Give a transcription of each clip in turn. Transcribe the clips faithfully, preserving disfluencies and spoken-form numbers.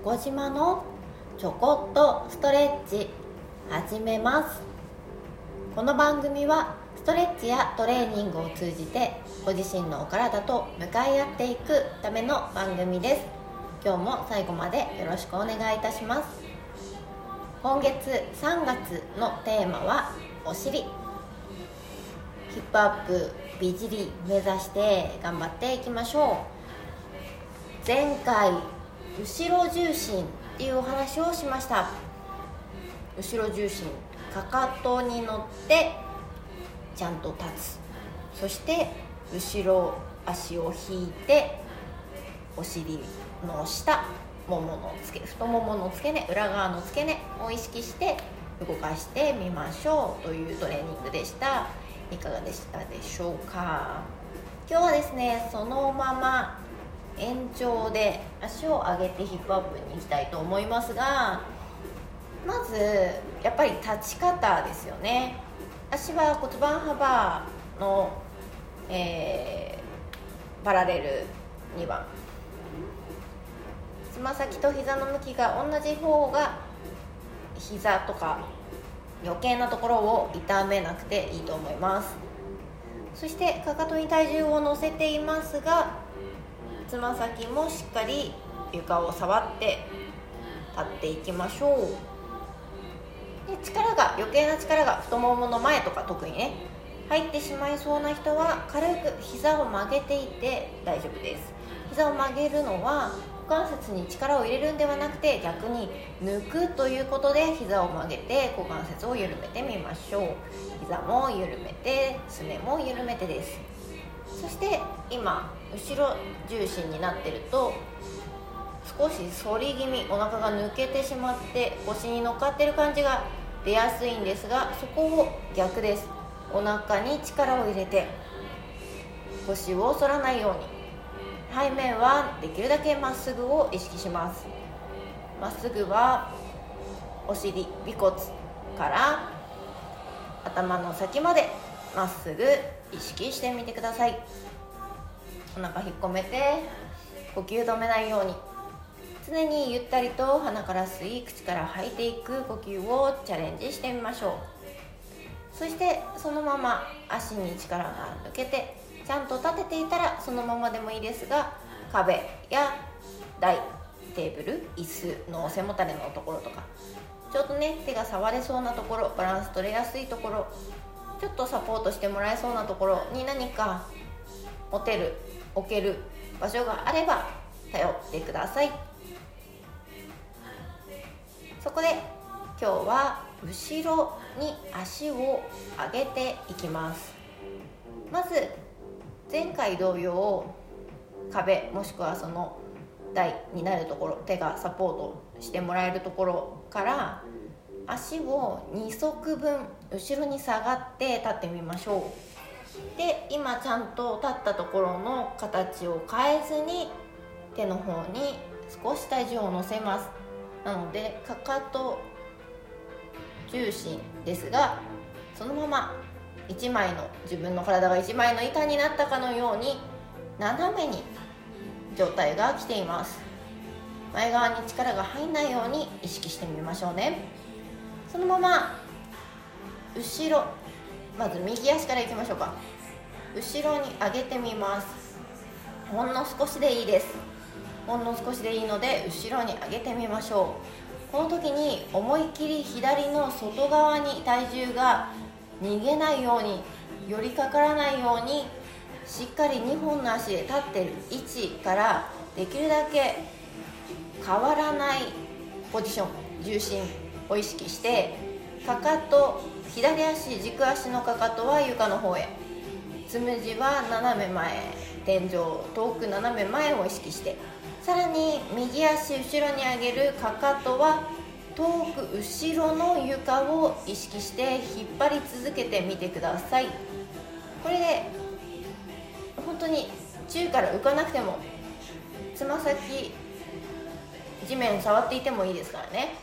横島のちょこっとストレッチ始めます。この番組はストレッチやトレーニングを通じてご自身のお体と向かい合っていくための番組です。今日も最後までよろしくお願いいたします。今月さんがつのテーマはお尻。ヒップアップ美尻目指して頑張っていきましょう。前回後ろ重心っていうお話をしました。後ろ重心、かかとに乗ってちゃんと立つ、そして後ろ足を引いてお尻の下ももの付け太ももの付け根、裏側の付け根を意識して動かしてみましょうというトレーニングでした。いかがでしたでしょうか。今日はですね、そのまま延長で足を上げてヒップアップに行きたいと思いますが、まずやっぱり立ち方ですよね。足は骨盤幅の、えー、パラレルにばん、つま先と膝の向きが同じ方が膝とか余計なところを痛めなくていいと思います。そしてかかとに体重を乗せていますが、つま先もしっかり床を触って立っていきましょう。で、力が余計な力が太ももの前とか特にね入ってしまいそうな人は軽く膝を曲げていて大丈夫です。膝を曲げるのは股関節に力を入れるんではなくて、逆に抜くということで膝を曲げて股関節を緩めてみましょう。膝も緩めて、すねも緩めてです。そして今後ろ重心になってると少し反り気味、お腹が抜けてしまって腰に乗っかってる感じが出やすいんですが、そこを逆です。お腹に力を入れて腰を反らないように、背面はできるだけまっすぐを意識します。まっすぐはお尻、尾骨から頭の先までまっすぐ意識してみてください。お腹引っ込めて呼吸止めないように、常にゆったりと鼻から吸い、口から吐いていく呼吸をチャレンジしてみましょう。そしてそのまま足に力が抜けてちゃんと立てていたらそのままでもいいですが、壁や台、テーブル、椅子の背もたれのところとか、ちょっとね手が触れそうなところ、バランス取れやすいところ、ちょっとサポートしてもらえそうなところに何か持てる、置ける場所があれば頼ってください。そこで今日は後ろに足を上げていきます。まず前回同様、壁もしくはその台になるところ、手がサポートしてもらえるところから足をに足分後ろに下がって立ってみましょう。で、今ちゃんと立ったところの形を変えずに手の方に少し体重を乗せます。なのでかかと重心ですが、そのまま一枚の自分の体が一枚の板になったかのように斜めに状態が来ています。前側に力が入らないように意識してみましょうね。そのまま後ろ、まず右足からいきましょうか。後ろに上げてみます。ほんの少しでいいです。ほんの少しでいいので後ろに上げてみましょう。この時に思い切り左の外側に体重が逃げないように、寄りかからないようにしっかりにほんの足で立っている位置からできるだけ変わらないポジション、重心を意識して、かかと、左足、軸足のかかとは床の方へ、つむじは斜め前、天井遠く斜め前を意識して、さらに右足後ろに上げるかかとは遠く後ろの床を意識して引っ張り続けてみてください。これで本当に宙から浮かなくても、つま先地面触っていてもいいですからね。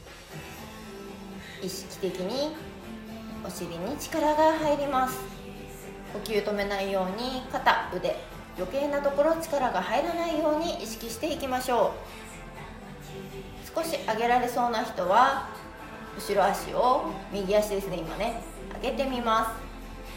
意識的にお尻に力が入ります。呼吸止めないように肩、腕、余計なところ力が入らないように意識していきましょう。 少し上げられそうな人は後ろ足を、右足ですね、今ね上げてみます。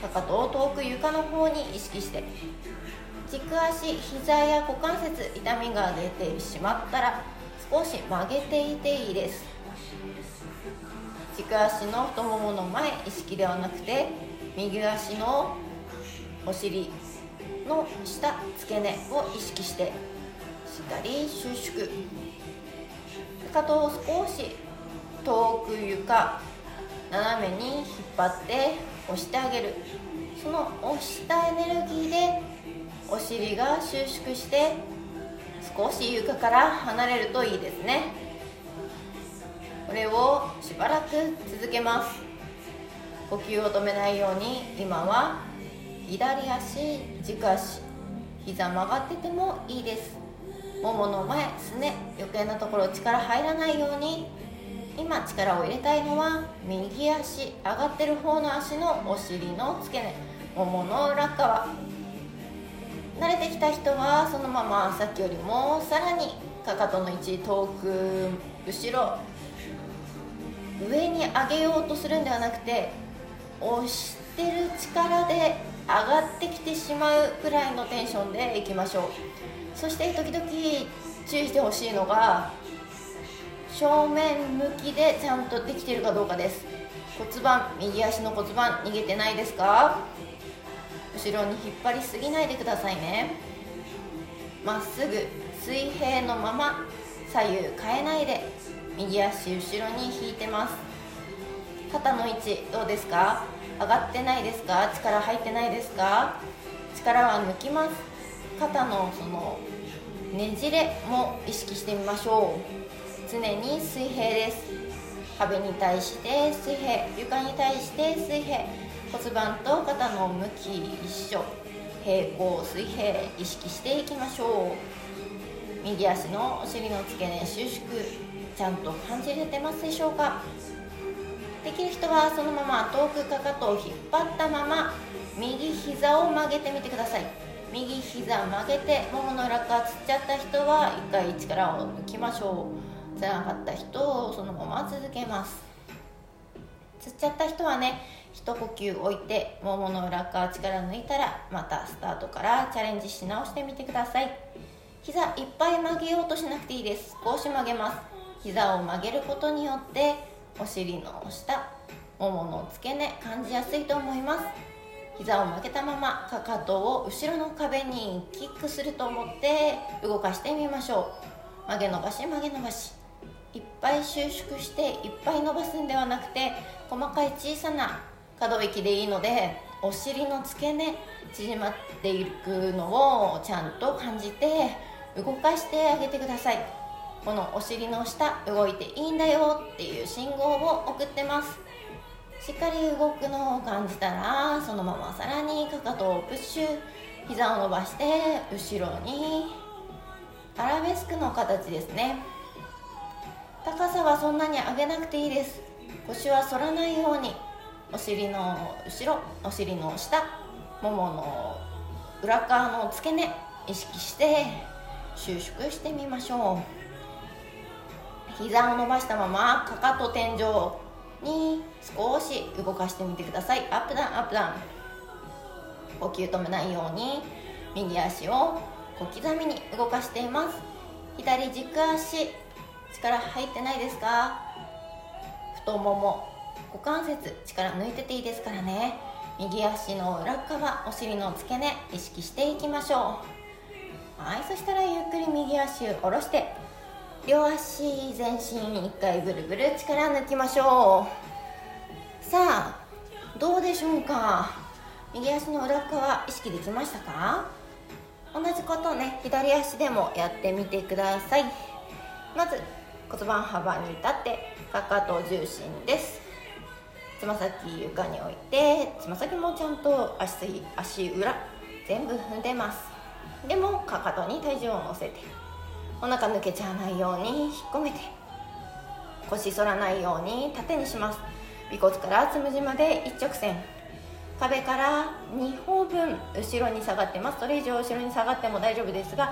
かかとを遠く床の方に意識して、軸足、膝や股関節痛みが出てしまったら少し曲げていていいです。軸足の太ももの前意識ではなくて、右足のお尻の下付け根を意識してしっかり収縮。かかとを少し遠く床斜めに引っ張って押してあげる。その押したエネルギーでお尻が収縮して少し床から離れるといいですね。これをしばらく続けます。呼吸を止めないように、今は左足、軸足、膝曲がっててもいいです。ももの前、すね、余計なところ力入らないように。今力を入れたいのは右足、上がってる方の足のお尻の付け根、ももの裏側。慣れてきた人はそのままさっきよりもさらにかかとの位置遠く後ろ、上に上げようとするんではなくて、押してる力で上がってきてしまうくらいのテンションでいきましょう。そして時々注意してほしいのが、正面向きでちゃんとできているかどうかです。骨盤、右足の骨盤逃げてないですか？後ろに引っ張りすぎないでくださいね。まっすぐ水平のまま左右変えないで右足後ろに引いてます。肩の位置どうですか？上がってないですか？力入ってないですか？力は抜きます。肩のそのねじれも意識してみましょう。常に水平です。壁に対して水平、床に対して水平、骨盤と肩の向き一緒、平行水平意識していきましょう。右足のお尻の付け根収縮ちゃんと感じれてますでしょうか？できる人はそのまま遠くかかとを引っ張ったまま右膝を曲げてみてください。右膝曲げてももの裏側つっちゃった人は一回力を抜きましょう。つらかった人をそのまま続けます。つっちゃった人はね、一呼吸置いてももの裏側力抜いたらまたスタートからチャレンジし直してみてください。膝いっぱい曲げようとしなくていいです。少し曲げます。膝を曲げることによってお尻の下、ももの付け根感じやすいと思います。膝を曲げたままかかとを後ろの壁にキックすると思って動かしてみましょう。曲げ伸ばし曲げ伸ばし、いっぱい収縮していっぱい伸ばすんではなくて、細かい小さな可動域でいいので、お尻の付け根縮まっていくのをちゃんと感じて動かしてあげてください。このお尻の下動いていいんだよっていう信号を送ってます。しっかり動くのを感じたら、そのままさらにかかとをプッシュ、膝を伸ばして後ろにアラベスクの形ですね。高さはそんなに上げなくていいです。腰は反らないように、お尻の後ろ、お尻の下、ももの裏側の付け根意識して収縮してみましょう。膝を伸ばしたままかかと天井に少し動かしてみてください。アップダウンアップダウン。呼吸止めないように右足を小刻みに動かしています。左軸足力入ってないですか？太もも、股関節力抜いてていいですからね。右足の裏側、お尻の付け根意識していきましょう。はい、そしたらゆっくり右足を下ろして両足全身一回ぐるぐる力抜きましょう。さあどうでしょうか？右足の裏側意識できましたか？同じことをね、左足でもやってみてください。まず骨盤幅に立ってかかと重心です。つま先床に置いて、つま先もちゃんと 足, 足裏全部踏んでます。でもかかとに体重を乗せて、お腹抜けちゃわないように引っ込めて、腰反らないように縦にします。尾骨からつむじまで一直線、壁からにほんぶん後ろに下がってます。それ以上後ろに下がっても大丈夫ですが、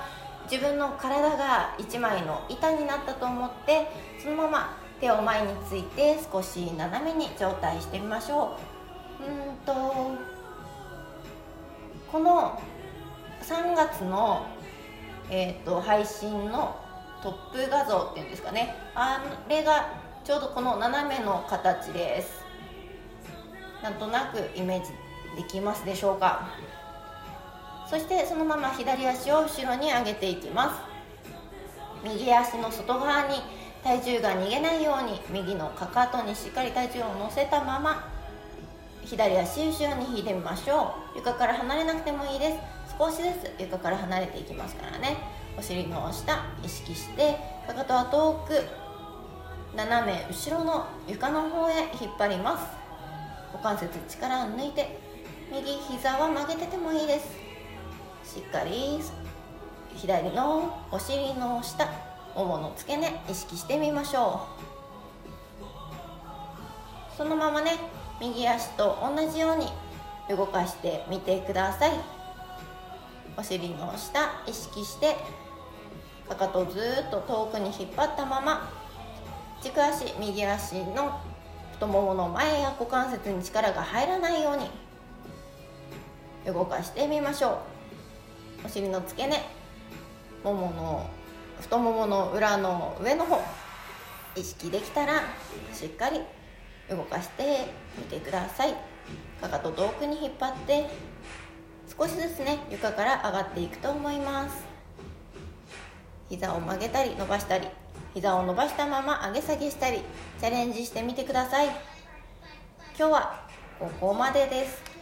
自分の体が一枚の板になったと思って、そのまま手を前について少し斜めに上体してみましょう。うんとこのさんがつの、えー、と配信のトップ画像っていうんですかね、あれがちょうどこの斜めの形です。なんとなくイメージできますでしょうか。そしてそのまま左足を後ろに上げていきます。右足の外側に体重が逃げないように右のかかとにしっかり体重を乗せたまま左足後ろに引いてみましょう。床から離れなくてもいいです。少しずつ床から離れていきますからね。お尻の下意識してかかとは遠く斜め後ろの床の方へ引っ張ります。股関節力を抜いて、右膝は曲げててもいいです。しっかり左のお尻の下、ももの付け根意識してみましょう。そのままね、右足と同じように動かしてみてください。お尻の下意識してかかとをずっと遠くに引っ張ったまま、軸足右足の太ももの前や股関節に力が入らないように動かしてみましょう。お尻の付け根、ももの太ももの裏の上の方意識できたらしっかり動かしてみてください。かかと遠くに引っ張って少しずつね、床から上がっていくと思います。膝を曲げたり伸ばしたり、膝を伸ばしたまま上げ下げしたりチャレンジしてみてください。今日はここまでです。